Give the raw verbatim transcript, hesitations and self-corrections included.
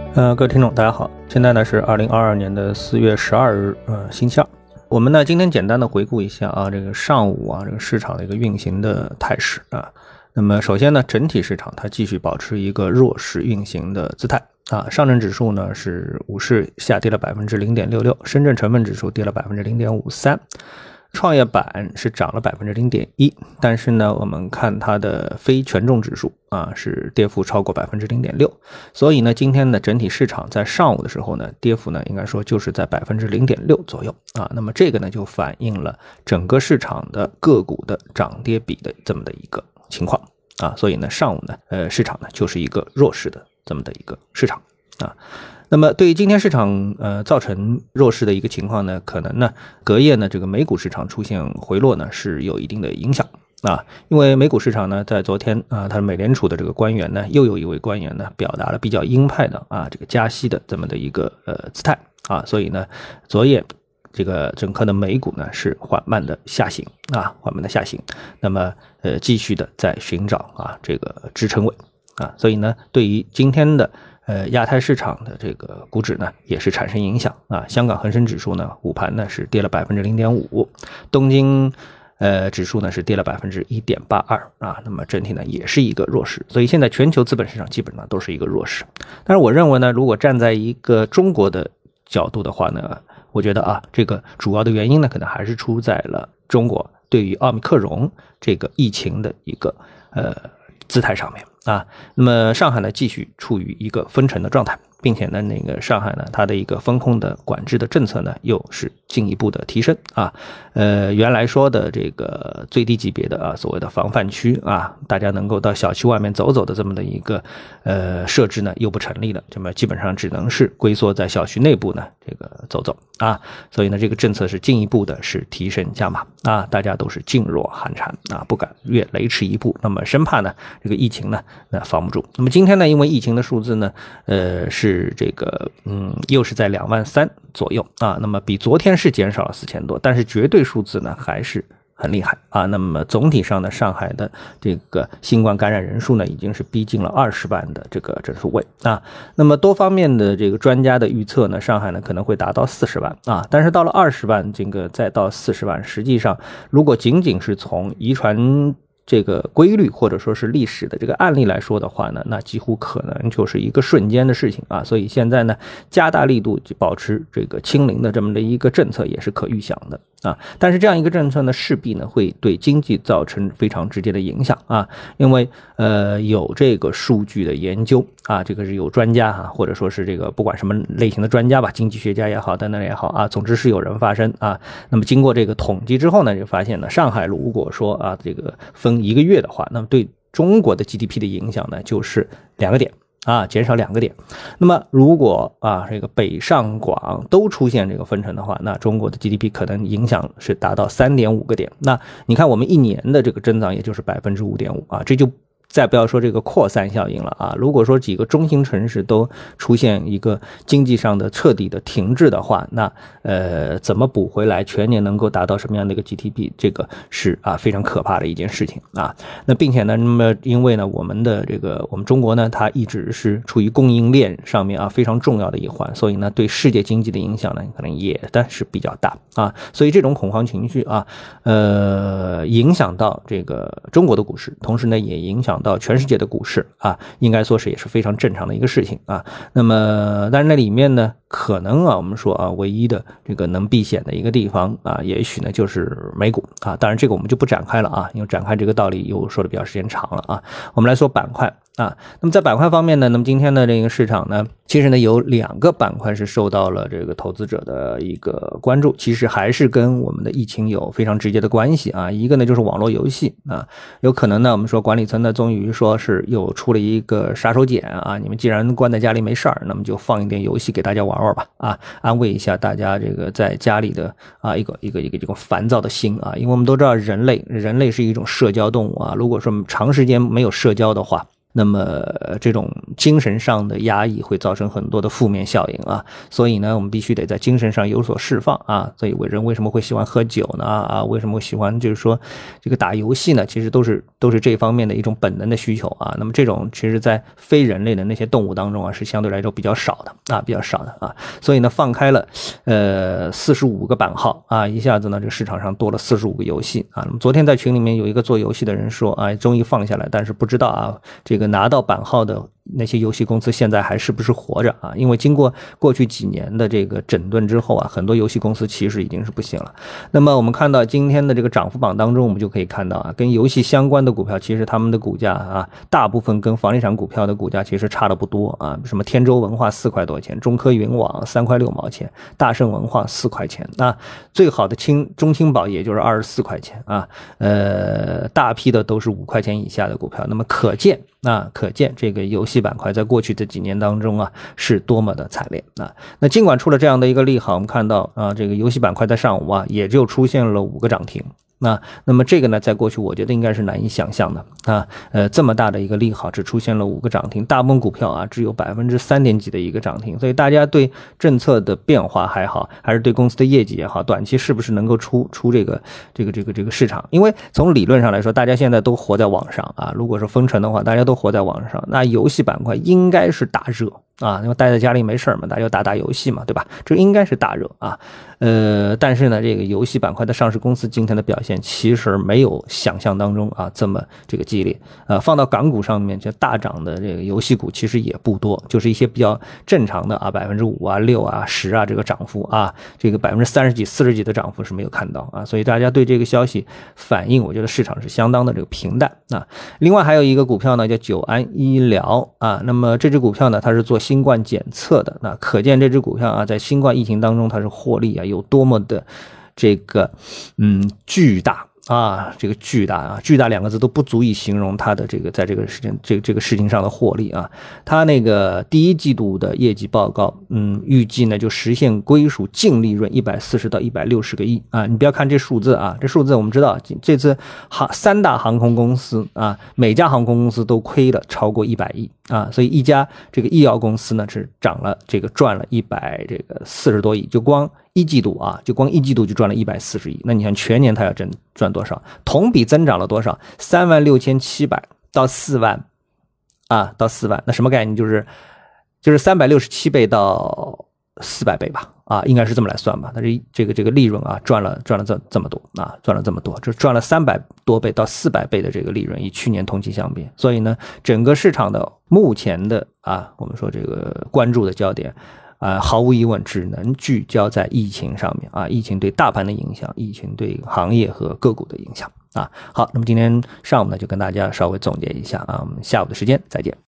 呃，各位听众大家好，现在呢是二零二二年的四月十二日，呃，星期二。我们呢今天简单的回顾一下啊，这个上午啊这个市场的一个运行的态势啊。那么首先呢，整体市场它继续保持一个弱势运行的姿态啊。上证指数呢是五市下跌了 百分之零点六六， 深圳成分指数跌了 百分之零点五三，创业板是涨了 百分之零点一， 但是呢我们看它的非权重指数啊是跌幅超过 百分之零点六， 所以呢今天的整体市场在上午的时候呢跌幅呢应该说就是在 百分之零点六 左右啊。那么这个呢就反映了整个市场的个股的涨跌比的这么的一个情况啊。所以呢上午呢呃市场呢就是一个弱势的这么的一个市场啊。那么对于今天市场呃造成弱势的一个情况呢，可能呢隔夜呢这个美股市场出现回落呢是有一定的影响啊。因为美股市场呢在昨天啊，它美联储的这个官员呢又有一位官员呢表达了比较鹰派的啊这个加息的这么的一个呃姿态啊，所以呢昨夜这个整个的美股呢是缓慢的下行啊，缓慢的下行，那么呃继续的在寻找啊这个支撑位啊，所以呢对于今天的呃，亚太市场的这个股指呢，也是产生影响啊。香港恒生指数呢，午盘呢是跌了 百分之零点五， 东京呃指数呢是跌了 百分之一点八二 啊。那么整体呢也是一个弱势，所以现在全球资本市场基本上都是一个弱势。但是我认为呢，如果站在一个中国的角度的话呢，我觉得啊，这个主要的原因呢，可能还是出在了中国对于奥密克戎这个疫情的一个呃姿态上面啊。那么上海呢继续处于一个封城的状态，并且呢那个上海呢它的一个风控的管制的政策呢又是进一步的提升啊。呃原来说的这个最低级别的啊所谓的防范区啊，大家能够到小区外面走走的这么的一个呃设置呢又不成立了，那么基本上只能是龟缩在小区内部呢这个走走啊。所以呢这个政策是进一步的是提升加码啊，大家都是噤若寒蝉啊，不敢越雷池一步，那么生怕呢这个疫情呢那防不住。那么今天呢因为疫情的数字呢呃是这个嗯又是在两万三左右啊，那么比昨天是减少了四千多，但是绝对数字呢还是很厉害啊。那么总体上呢上海的这个新冠感染人数呢已经是逼近了二十万的这个整数位啊。那么多方面的这个专家的预测呢，上海呢可能会达到四十万啊，但是到了二十万这个再到四十万，实际上如果仅仅是从遗传这个规律或者说是历史的这个案例来说的话呢，那几乎可能就是一个瞬间的事情啊。所以现在呢加大力度保持这个清零的这么的一个政策也是可预想的啊。但是这样一个政策呢势必呢会对经济造成非常直接的影响啊。因为呃有这个数据的研究啊，这个是有专家啊，或者说是这个不管什么类型的专家吧，经济学家也好等等也好啊，总之是有人发声啊。那么经过这个统计之后呢，就发现呢上海如果说啊这个分一个月的话，那么对中国的 G D P 的影响呢就是两个点啊，减少两个点。那么如果啊这个北上广都出现这个分成的话，那中国的 G D P 可能影响是达到 三点五个点。那你看我们一年的这个增长也就是 百分之五点五 啊，这就再不要说这个扩散效应了啊！如果说几个中心城市都出现一个经济上的彻底的停滞的话，那呃怎么补回来全年能够达到什么样的一个 G D P， 这个是啊非常可怕的一件事情啊。那并且呢，那么因为呢我们的这个我们中国呢，它一直是处于供应链上面啊非常重要的一环，所以呢对世界经济的影响呢可能也但是比较大啊。所以这种恐慌情绪啊，呃影响到这个中国的股市，同时呢也影响到全世界的股市啊，应该说是也是非常正常的一个事情啊。那么但是那里面呢可能啊我们说啊唯一的这个能避险的一个地方啊，也许呢就是美股啊。当然这个我们就不展开了啊，因为展开这个道理又说的比较时间长了啊。我们来说板块啊，那么在板块方面呢，那么今天的这个市场呢，其实呢有两个板块是受到了这个投资者的一个关注，其实还是跟我们的疫情有非常直接的关系啊。一个呢就是网络游戏啊，有可能呢我们说管理层呢终于说是又出了一个杀手锏啊，你们既然关在家里没事儿，那么就放一点游戏给大家玩玩吧啊，安慰一下大家这个在家里的啊一个一个一个这个烦躁的心啊。因为我们都知道人类人类是一种社交动物啊，如果说长时间没有社交的话那么这种精神上的压抑会造成很多的负面效应啊，所以呢，我们必须得在精神上有所释放啊。所以人为什么会喜欢喝酒呢？啊，为什么喜欢就是说这个打游戏呢？其实都是都是这方面的一种本能的需求啊。那么这种其实在非人类的那些动物当中啊，是相对来说比较少的啊，比较少的啊。所以呢，放开了呃四十五个版号啊，一下子呢，这个市场上多了四十五个游戏啊。那么昨天在群里面有一个做游戏的人说啊，终于放下来，但是不知道啊，这个拿到版号的那些游戏公司现在还是不是活着啊？因为经过过去几年的这个整顿之后啊，很多游戏公司其实已经是不行了。那么我们看到今天的这个涨幅榜当中，我们就可以看到啊，跟游戏相关的股票，其实他们的股价啊，大部分跟房地产股票的股价其实差的不多啊。什么天舟文化四块多钱，中科云网三块六毛钱，大圣文化四块钱，那最好的青中青宝也就是二十四块钱啊。呃，大批的都是五块钱以下的股票。那么可见啊，可见这个游戏板块在过去这几年当中啊，是多么的惨烈啊！那尽管出了这样的一个利好，我们看到啊，这个游戏板块在上午啊，也就出现了五个涨停。那那么这个呢，在过去我觉得应该是难以想象的啊，呃，这么大的一个利好，只出现了五个涨停，大部分股票啊只有百分之三点几的一个涨停，所以大家对政策的变化还好，还是对公司的业绩也好，短期是不是能够出出这个这个这个这个市场？因为从理论上来说，大家现在都活在网上啊，如果是封城的话，大家都活在网上，那游戏板块应该是大热啊，因为待在家里没事嘛，大家就打打游戏嘛，对吧？这应该是大热啊。呃，但是呢，这个游戏板块的上市公司今天的表现其实没有想象当中啊这么这个激烈。呃，放到港股上面，就大涨的这个游戏股其实也不多，就是一些比较正常的啊，百分之五啊、六啊、十啊这个涨幅啊，这个百分之三十几、四十几的涨幅是没有看到啊。所以大家对这个消息反应，我觉得市场是相当的这个平淡啊。另外还有一个股票呢，叫久安医疗啊，那么这只股票呢，它是做新冠检测的，那可见这只股票啊，在新冠疫情当中它是获利啊有多么的这个嗯巨大啊，这个巨大啊，巨大两个字都不足以形容它的这个在这个事情这个这个事情上的获利啊。它那个第一季度的业绩报告，嗯，预计呢就实现归属净利润一百四十到一百六十个亿啊。你不要看这数字啊，这数字我们知道，这次航三大航空公司啊，每家航空公司都亏了超过一百亿啊，所以一家这个医药公司呢是涨了这个赚了一百这个四十多亿，就光一季度啊，就光一季度就赚了一百四十亿。那你看全年它要挣赚多少？同比增长了多少？三万六千七百到四万啊，到四万。那什么概念？就是就是三百六十七倍到四百倍吧，啊，应该是这么来算吧。它这这个这个利润啊，赚了赚了这这么多啊，赚了这么多，就赚了三百多倍到四百倍的这个利润，与去年同期相比。所以呢，整个市场的目前的啊，我们说这个关注的焦点。啊、呃，毫无疑问，只能聚焦在疫情上面啊，疫情对大盘的影响，疫情对行业和个股的影响啊。好，那么今天上午呢，就跟大家稍微总结一下啊，我们下午的时间再见。